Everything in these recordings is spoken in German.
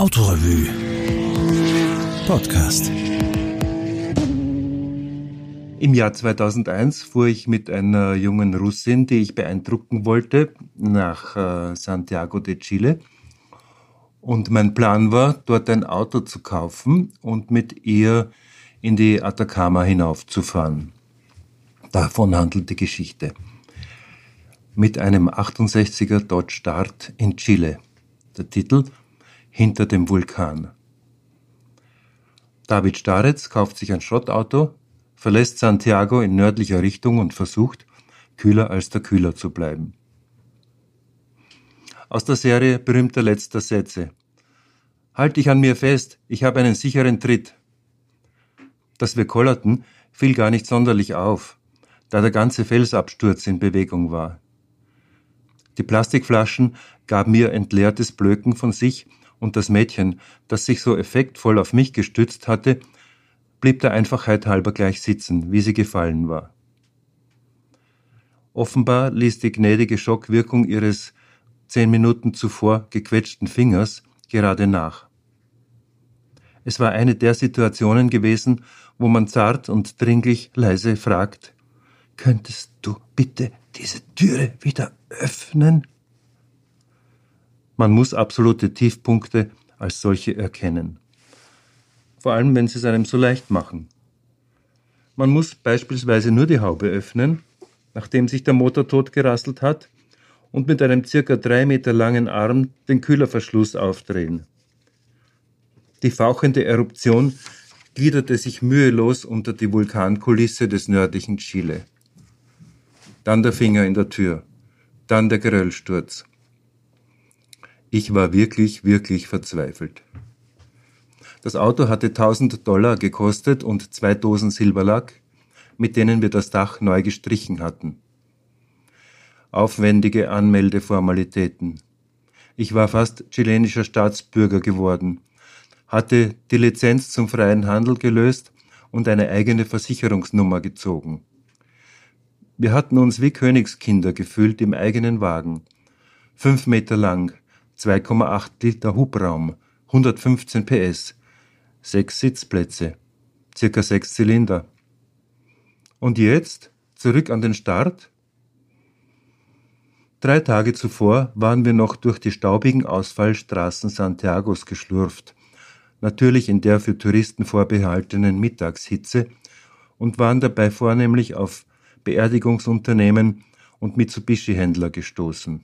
Autorevue Podcast. Im Jahr 2001 fuhr ich mit einer jungen Russin, die ich beeindrucken wollte, nach Santiago de Chile. Und mein Plan war, dort ein Auto zu kaufen und mit ihr in die Atacama hinaufzufahren. Davon handelt die Geschichte. Mit einem 68er Dodge Dart in Chile. Der Titel: Hinter dem Vulkan. David Staretz kauft sich ein Schrottauto, verlässt Santiago in nördlicher Richtung und versucht, kühler als der Kühler zu bleiben. Aus der Serie berühmter letzter Sätze. Halt dich an mir fest, ich habe einen sicheren Tritt. Dass wir kollerten, fiel gar nicht sonderlich auf, da der ganze Felsabsturz in Bewegung war. Die Plastikflaschen gaben mir entleertes Blöken von sich und das Mädchen, das sich so effektvoll auf mich gestützt hatte, blieb der Einfachheit halber gleich sitzen, wie sie gefallen war. Offenbar ließ die gnädige Schockwirkung ihres 10 Minuten zuvor gequetschten Fingers gerade nach. Es war eine der Situationen gewesen, wo man zart und dringlich leise fragt: Könntest du bitte diese Türe wieder öffnen? Man muss absolute Tiefpunkte als solche erkennen. Vor allem, wenn sie es einem so leicht machen. Man muss beispielsweise nur die Haube öffnen, nachdem sich der Motor totgerasselt hat, und mit einem ca. 3 Meter langen Arm den Kühlerverschluss aufdrehen. Die fauchende Eruption gliederte sich mühelos unter die Vulkankulisse des nördlichen Chile. Dann der Finger in der Tür, dann der Geröllsturz. Ich war wirklich verzweifelt. Das Auto hatte $1000 gekostet und 2 Dosen Silberlack, mit denen wir das Dach neu gestrichen hatten. Aufwendige Anmeldeformalitäten. Ich war fast chilenischer Staatsbürger geworden, hatte die Lizenz zum freien Handel gelöst und eine eigene Versicherungsnummer gezogen. Wir hatten uns wie Königskinder gefühlt im eigenen Wagen. 5 Meter lang, 2,8 Liter Hubraum, 115 PS, 6 Sitzplätze, circa 6 Zylinder. Und jetzt zurück an den Start? 3 Tage zuvor waren wir noch durch die staubigen Ausfallstraßen Santiagos geschlurft, natürlich in der für Touristen vorbehaltenen Mittagshitze, und waren dabei vornehmlich auf Beerdigungsunternehmen und Mitsubishi-Händler gestoßen.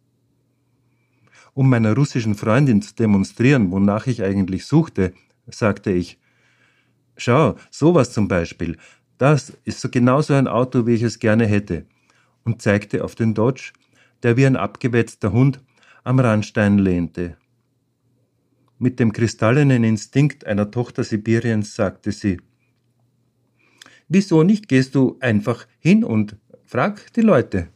Um meiner russischen Freundin zu demonstrieren, wonach ich eigentlich suchte, sagte ich: Schau, sowas zum Beispiel, das ist so genauso ein Auto, wie ich es gerne hätte, und zeigte auf den Dodge, der wie ein abgewetzter Hund am Randstein lehnte. Mit dem kristallenen Instinkt einer Tochter Sibiriens sagte sie: Wieso nicht gehst du einfach hin und frag die Leute?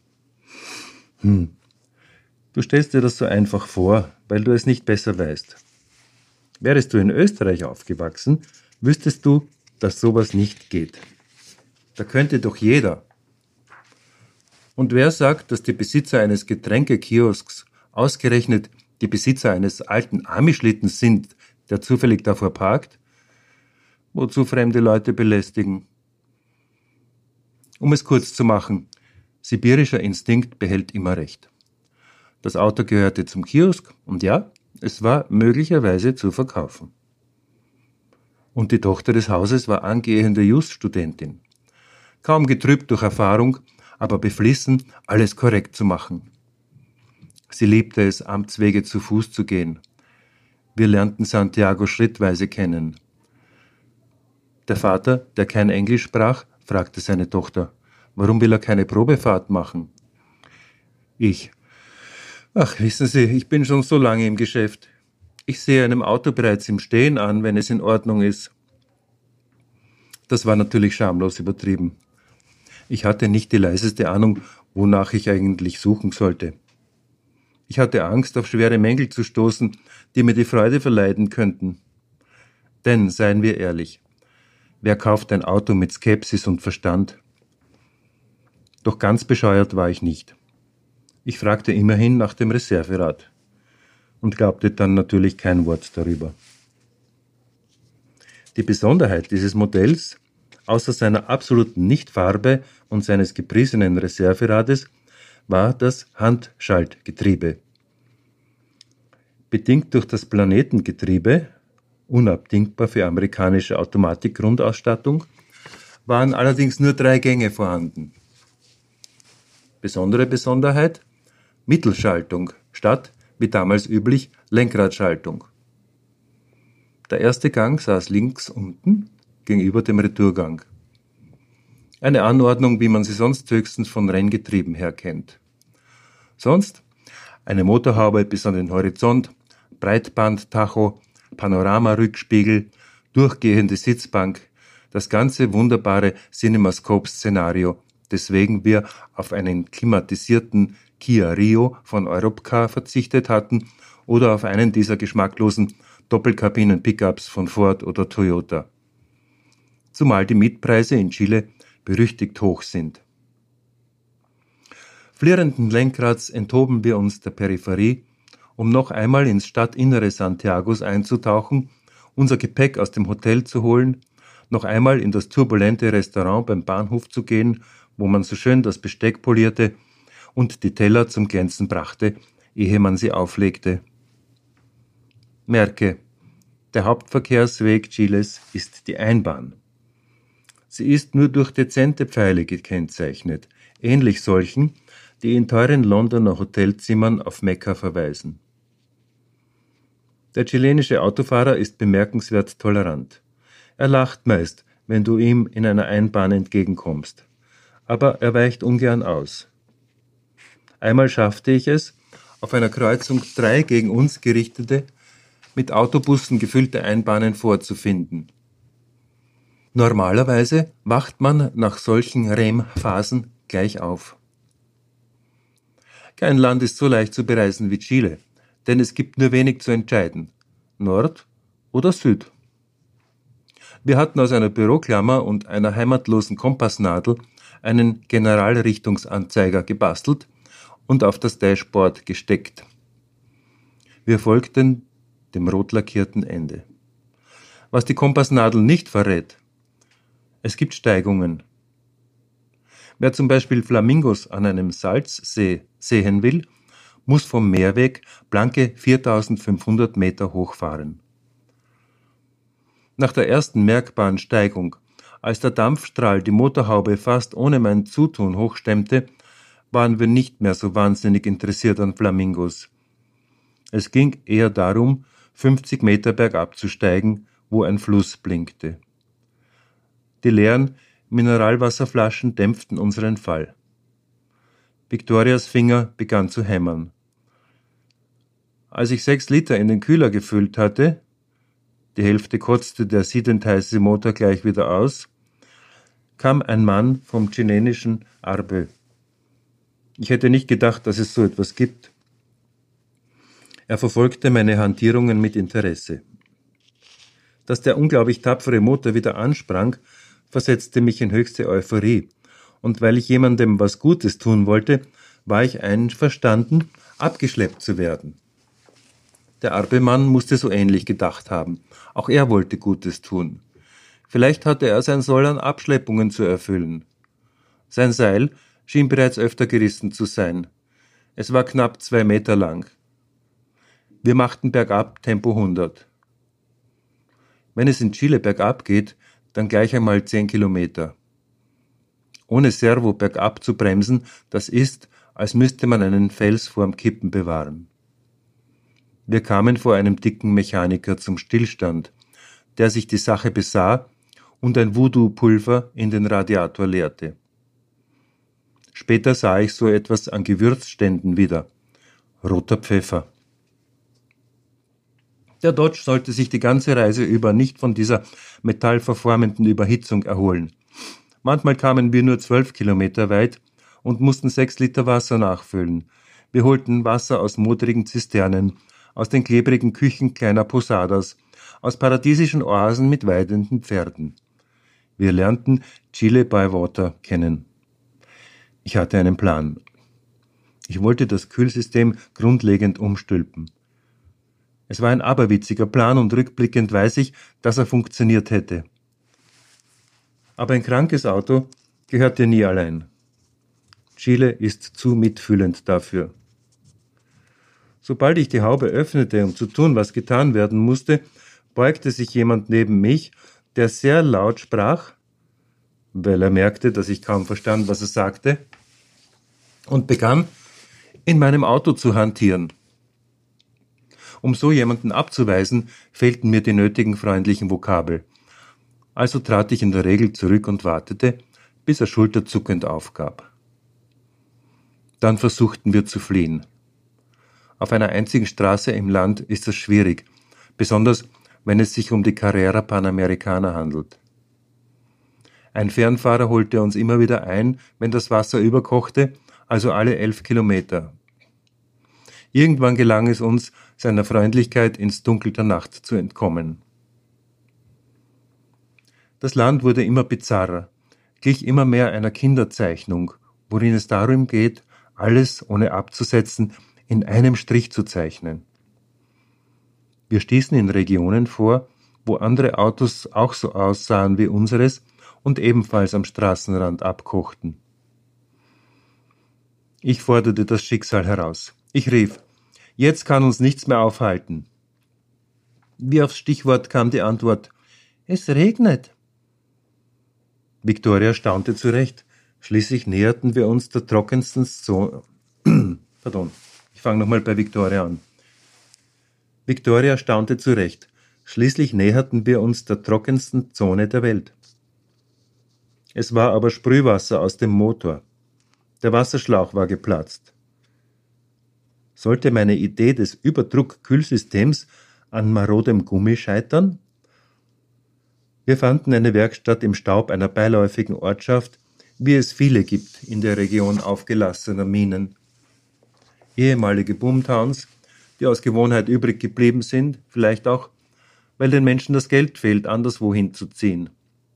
Du stellst dir das so einfach vor, weil du es nicht besser weißt. Wärest du in Österreich aufgewachsen, wüsstest du, dass sowas nicht geht. Da könnte doch jeder. Und wer sagt, dass die Besitzer eines Getränkekiosks ausgerechnet die Besitzer eines alten Amischlittens sind, der zufällig davor parkt? Wozu fremde Leute belästigen? Um es kurz zu machen, sibirischer Instinkt behält immer recht. Das Auto gehörte zum Kiosk und ja, es war möglicherweise zu verkaufen. Und die Tochter des Hauses war angehende Jus-Studentin. Kaum getrübt durch Erfahrung, aber beflissen, alles korrekt zu machen. Sie liebte es, Amtswege zu Fuß zu gehen. Wir lernten Santiago schrittweise kennen. Der Vater, der kein Englisch sprach, fragte seine Tochter: Warum will er keine Probefahrt machen? Ich: Ach, wissen Sie, ich bin schon so lange im Geschäft. Ich sehe einem Auto bereits im Stehen an, wenn es in Ordnung ist. Das war natürlich schamlos übertrieben. Ich hatte nicht die leiseste Ahnung, wonach ich eigentlich suchen sollte. Ich hatte Angst, auf schwere Mängel zu stoßen, die mir die Freude verleiden könnten. Denn, seien wir ehrlich, wer kauft ein Auto mit Skepsis und Verstand? Doch ganz bescheuert war ich nicht. Ich fragte immerhin nach dem Reserverad. und glaubte dann natürlich kein Wort darüber. Die Besonderheit dieses Modells, außer seiner absoluten Nichtfarbe und seines gepriesenen Reserverades, war das Handschaltgetriebe. Bedingt durch das Planetengetriebe, unabdingbar für amerikanische Automatikgrundausstattung, waren allerdings nur 3 Gänge vorhanden. Besondere Besonderheit: Mittelschaltung statt, wie damals üblich, Lenkradschaltung. Der erste Gang saß links unten gegenüber dem Retourgang. Eine Anordnung, wie man sie sonst höchstens von Renngetrieben her kennt. Sonst eine Motorhaube bis an den Horizont, Breitbandtacho, Panoramarückspiegel, durchgehende Sitzbank, das ganze wunderbare CinemaScope-Szenario, deswegen wir auf einen klimatisierten Kia Rio von Europcar verzichtet hatten oder auf einen dieser geschmacklosen Doppelkabinen-Pickups von Ford oder Toyota. Zumal die Mietpreise in Chile berüchtigt hoch sind. Flirrenden Lenkrads enthoben wir uns der Peripherie, um noch einmal ins Stadtinnere Santiagos einzutauchen, unser Gepäck aus dem Hotel zu holen, noch einmal in das turbulente Restaurant beim Bahnhof zu gehen, wo man so schön das Besteck polierte und die Teller zum Glänzen brachte, ehe man sie auflegte. Merke, der Hauptverkehrsweg Chiles ist die Einbahn. Sie ist nur durch dezente Pfeile gekennzeichnet, ähnlich solchen, die in teuren Londoner Hotelzimmern auf Mekka verweisen. Der chilenische Autofahrer ist bemerkenswert tolerant. Er lacht meist, wenn du ihm in einer Einbahn entgegenkommst, aber er weicht ungern aus. Einmal schaffte ich es, auf einer Kreuzung 3 gegen uns gerichtete, mit Autobussen gefüllte Einbahnen vorzufinden. Normalerweise wacht man nach solchen REM-Phasen gleich auf. Kein Land ist so leicht zu bereisen wie Chile, denn es gibt nur wenig zu entscheiden, Nord oder Süd. Wir hatten aus einer Büroklammer und einer heimatlosen Kompassnadel einen Generalrichtungsanzeiger gebastelt und auf das Dashboard gesteckt. Wir folgten dem rot lackierten Ende. Was die Kompassnadel nicht verrät: Es gibt Steigungen. Wer zum Beispiel Flamingos an einem Salzsee sehen will, muss vom Meerweg blanke 4.500 Meter hochfahren. Nach der ersten merkbaren Steigung, als der Dampfstrahl die Motorhaube fast ohne mein Zutun hochstemmte, waren wir nicht mehr so wahnsinnig interessiert an Flamingos. Es ging eher darum, 50 Meter bergab zu steigen, wo ein Fluss blinkte. Die leeren Mineralwasserflaschen dämpften unseren Fall. Victorias Finger begann zu hämmern. Als ich 6 Liter in den Kühler gefüllt hatte, die Hälfte kotzte der siedend heiße Motor gleich wieder aus, kam ein Mann vom chilenischen Arbe. Ich hätte nicht gedacht, dass es so etwas gibt. Er verfolgte meine Hantierungen mit Interesse. Dass der unglaublich tapfere Motor wieder ansprang, versetzte mich in höchste Euphorie, und weil ich jemandem was Gutes tun wollte, war ich einverstanden, abgeschleppt zu werden. Der Arbemann musste so ähnlich gedacht haben. Auch er wollte Gutes tun. Vielleicht hatte er sein Soll an Abschleppungen zu erfüllen. Sein Seil schien bereits öfter gerissen zu sein. Es war knapp 2 Meter lang. Wir machten bergab Tempo 100. Wenn es in Chile bergab geht, dann gleich einmal 10 Kilometer. Ohne Servo bergab zu bremsen, das ist, als müsste man einen Fels vorm Kippen bewahren. Wir kamen vor einem dicken Mechaniker zum Stillstand, der sich die Sache besah und ein Voodoo-Pulver in den Radiator leerte. Später sah ich so etwas an Gewürzständen wieder. Roter Pfeffer. Der Dodge sollte sich die ganze Reise über nicht von dieser metallverformenden Überhitzung erholen. Manchmal kamen wir nur 12 Kilometer weit und mussten 6 Liter Wasser nachfüllen. Wir holten Wasser aus modrigen Zisternen, aus den klebrigen Küchen kleiner Posadas, aus paradiesischen Oasen mit weidenden Pferden. Wir lernten Chile by Water kennen. Ich hatte einen Plan. Ich wollte das Kühlsystem grundlegend umstülpen. Es war ein aberwitziger Plan und rückblickend weiß ich, dass er funktioniert hätte. Aber ein krankes Auto gehört dir nie allein. Chile ist zu mitfühlend dafür. Sobald ich die Haube öffnete, um zu tun, was getan werden musste, beugte sich jemand neben mich, der sehr laut sprach, weil er merkte, dass ich kaum verstand, was er sagte, und begann, in meinem Auto zu hantieren. Um so jemanden abzuweisen, fehlten mir die nötigen freundlichen Vokabel. Also trat ich in der Regel zurück und wartete, bis er schulterzuckend aufgab. Dann versuchten wir zu fliehen. Auf einer einzigen Straße im Land ist es schwierig, besonders wenn es sich um die Carrera Panamericana handelt. Ein Fernfahrer holte uns immer wieder ein, wenn das Wasser überkochte, also alle 11 Kilometer. Irgendwann gelang es uns, seiner Freundlichkeit ins Dunkel der Nacht zu entkommen. Das Land wurde immer bizarrer, glich immer mehr einer Kinderzeichnung, worin es darum geht, alles ohne abzusetzen in einem Strich zu zeichnen. Wir stießen in Regionen vor, wo andere Autos auch so aussahen wie unseres und ebenfalls am Straßenrand abkochten. Ich forderte das Schicksal heraus. Ich rief, jetzt kann uns nichts mehr aufhalten. Wie aufs Stichwort kam die Antwort, es regnet. Victoria staunte zurecht. Schließlich näherten wir uns der trockensten Zone. Ich fange nochmal bei Victoria an. Victoria staunte zurecht. Schließlich näherten wir uns der trockensten Zone der Welt. Es war aber Sprühwasser aus dem Motor. Der Wasserschlauch war geplatzt. Sollte meine Idee des Überdruckkühlsystems an marodem Gummi scheitern? Wir fanden eine Werkstatt im Staub einer beiläufigen Ortschaft, wie es viele gibt in der Region aufgelassener Minen. Ehemalige Boomtowns, die aus Gewohnheit übrig geblieben sind, vielleicht auch, weil den Menschen das Geld fehlt, anderswohin zu ziehen.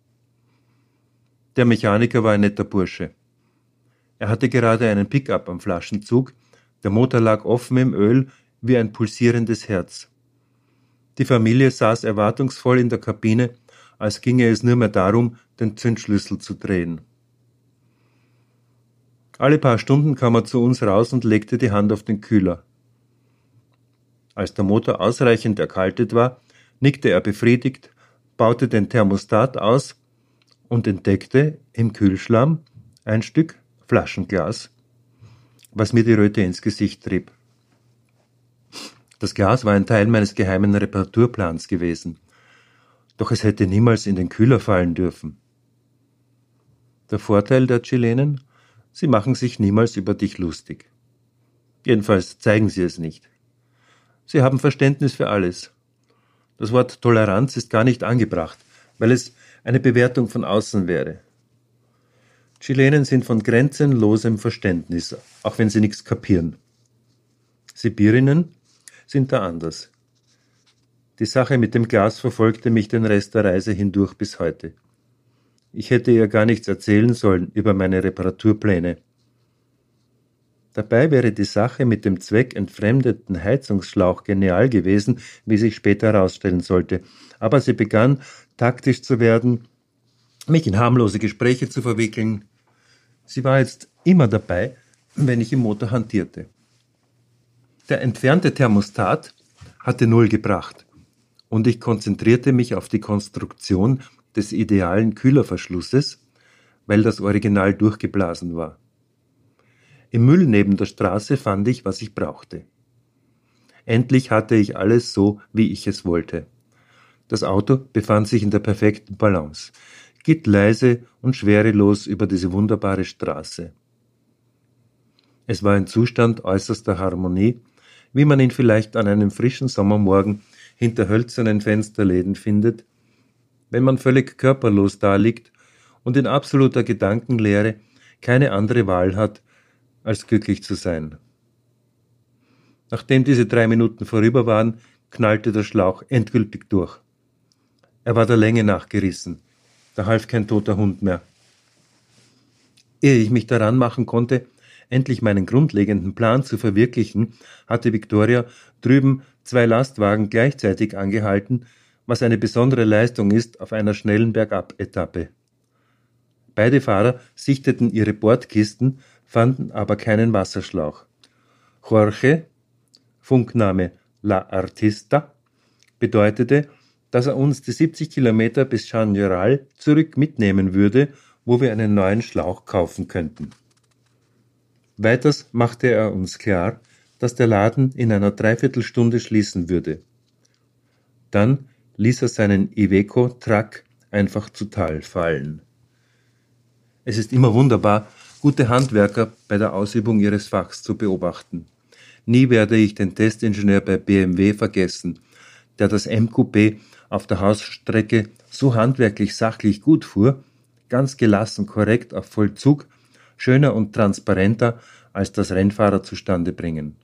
Der Mechaniker war ein netter Bursche. Er hatte gerade einen Pickup am Flaschenzug, der Motor lag offen im Öl wie ein pulsierendes Herz. Die Familie saß erwartungsvoll in der Kabine, als ginge es nur mehr darum, den Zündschlüssel zu drehen. Alle paar Stunden kam er zu uns raus und legte die Hand auf den Kühler. Als der Motor ausreichend erkaltet war, nickte er befriedigt, baute den Thermostat aus und entdeckte im Kühlschlamm ein Stück Flaschenglas, was mir die Röte ins Gesicht trieb. Das Glas war ein Teil meines geheimen Reparaturplans gewesen, doch es hätte niemals in den Kühler fallen dürfen. Der Vorteil der Chilenen? Sie machen sich niemals über dich lustig. Jedenfalls zeigen sie es nicht. Sie haben Verständnis für alles. Das Wort Toleranz ist gar nicht angebracht, weil es eine Bewertung von außen wäre. Chilenen sind von grenzenlosem Verständnis, auch wenn sie nichts kapieren. Sibirinnen sind da anders. Die Sache mit dem Glas verfolgte mich den Rest der Reise hindurch bis heute. Ich hätte ihr gar nichts erzählen sollen über meine Reparaturpläne. Dabei wäre die Sache mit dem zweckentfremdeten Heizungsschlauch genial gewesen, wie sich später herausstellen sollte. Aber sie begann, taktisch zu werden, mich in harmlose Gespräche zu verwickeln. Sie war jetzt immer dabei, wenn ich im Motor hantierte. Der entfernte Thermostat hatte 0 gebracht und ich konzentrierte mich auf die Konstruktion des idealen Kühlerverschlusses, weil das Original durchgeblasen war. Im Müll neben der Straße fand ich, was ich brauchte. Endlich hatte ich alles so, wie ich es wollte. Das Auto befand sich in der perfekten Balance, glitt leise und schwerelos über diese wunderbare Straße. Es war ein Zustand äußerster Harmonie, wie man ihn vielleicht an einem frischen Sommermorgen hinter hölzernen Fensterläden findet, wenn man völlig körperlos daliegt und in absoluter Gedankenleere keine andere Wahl hat, als glücklich zu sein. Nachdem diese 3 Minuten vorüber waren, knallte der Schlauch endgültig durch. Er war der Länge nach gerissen. Da half kein toter Hund mehr. Ehe ich mich daran machen konnte, endlich meinen grundlegenden Plan zu verwirklichen, hatte Victoria drüben 2 Lastwagen gleichzeitig angehalten, was eine besondere Leistung ist auf einer schnellen Bergab-Etappe. Beide Fahrer sichteten ihre Bordkisten, fanden aber keinen Wasserschlauch. Jorge, Funkname La Artista, bedeutete, dass er uns die 70 Kilometer bis Chañaral zurück mitnehmen würde, wo wir einen neuen Schlauch kaufen könnten. Weiters machte er uns klar, dass der Laden in einer Dreiviertelstunde schließen würde. Dann ließ er seinen Iveco-Truck einfach zu Tal fallen. Es ist immer wunderbar, gute Handwerker bei der Ausübung ihres Fachs zu beobachten. Nie werde ich den Testingenieur bei BMW vergessen, der das M-Coupé auf der Hausstrecke so handwerklich sachlich gut fuhr, ganz gelassen korrekt auf Vollzug, schöner und transparenter als das Rennfahrer zustande bringen.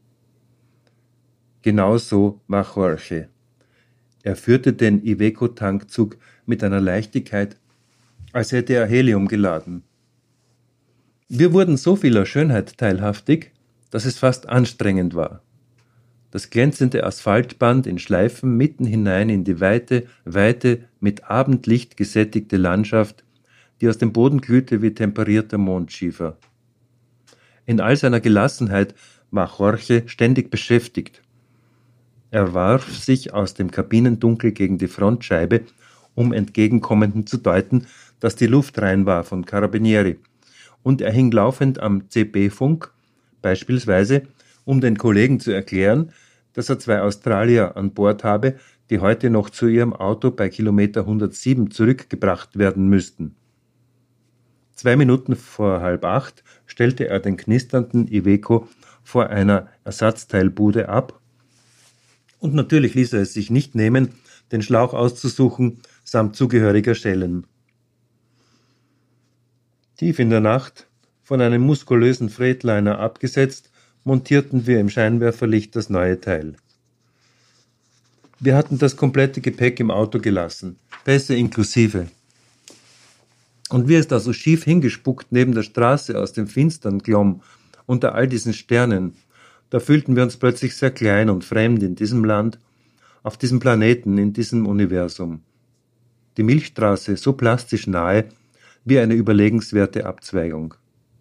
Genauso war Jorge. Er führte den Iveco-Tankzug mit einer Leichtigkeit, als hätte er Helium geladen. Wir wurden so vieler Schönheit teilhaftig, dass es fast anstrengend war. Das glänzende Asphaltband in Schleifen mitten hinein in die weite, mit Abendlicht gesättigte Landschaft, die aus dem Boden glühte wie temperierter Mondschiefer. In all seiner Gelassenheit war Jorge ständig beschäftigt. Er warf sich aus dem Kabinendunkel gegen die Frontscheibe, um Entgegenkommenden zu deuten, dass die Luft rein war von Carabinieri, und er hing laufend am CB-Funk, beispielsweise, um den Kollegen zu erklären, dass er 2 Australier an Bord habe, die heute noch zu ihrem Auto bei Kilometer 107 zurückgebracht werden müssten. 2 Minuten vor 7:30 stellte er den knisternden Iveco vor einer Ersatzteilbude ab, und natürlich ließ er es sich nicht nehmen, den Schlauch auszusuchen samt zugehöriger Schellen. Tief in der Nacht, von einem muskulösen Freightliner abgesetzt, montierten wir im Scheinwerferlicht das neue Teil. Wir hatten das komplette Gepäck im Auto gelassen, Pässe inklusive. Und wie es da so schief hingespuckt neben der Straße aus dem Finstern glomm, unter all diesen Sternen, da fühlten wir uns plötzlich sehr klein und fremd in diesem Land, auf diesem Planeten, in diesem Universum. Die Milchstraße so plastisch nahe, wie eine überlegenswerte Abzweigung.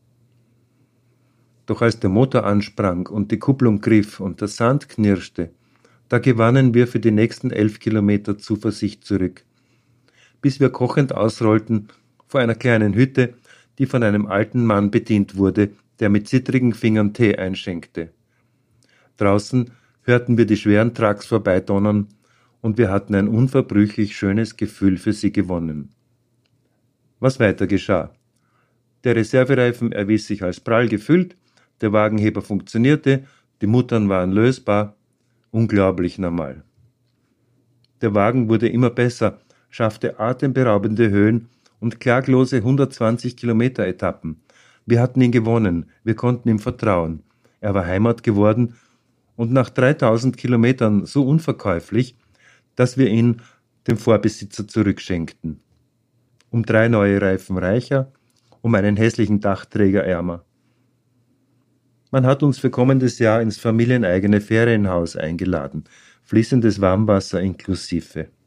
Doch als der Motor ansprang und die Kupplung griff und der Sand knirschte, da gewannen wir für die nächsten 11 Kilometer Zuversicht zurück, bis wir kochend ausrollten vor einer kleinen Hütte, die von einem alten Mann bedient wurde, der mit zittrigen Fingern Tee einschenkte. Draußen hörten wir die schweren Trucks vorbeidonnern und wir hatten ein unverbrüchlich schönes Gefühl für sie gewonnen. Was weiter geschah? Der Reservereifen erwies sich als prall gefüllt, der Wagenheber funktionierte, die Muttern waren lösbar, unglaublich normal. Der Wagen wurde immer besser, schaffte atemberaubende Höhen und klaglose 120 Kilometer Etappen. Wir hatten ihn gewonnen, wir konnten ihm vertrauen. Er war Heimat geworden und nach 3000 Kilometern so unverkäuflich, dass wir ihn dem Vorbesitzer zurückschenkten. Um 3 neue Reifen reicher, um einen hässlichen Dachträger ärmer. Man hat uns für kommendes Jahr ins familieneigene Ferienhaus eingeladen, fließendes Warmwasser inklusive.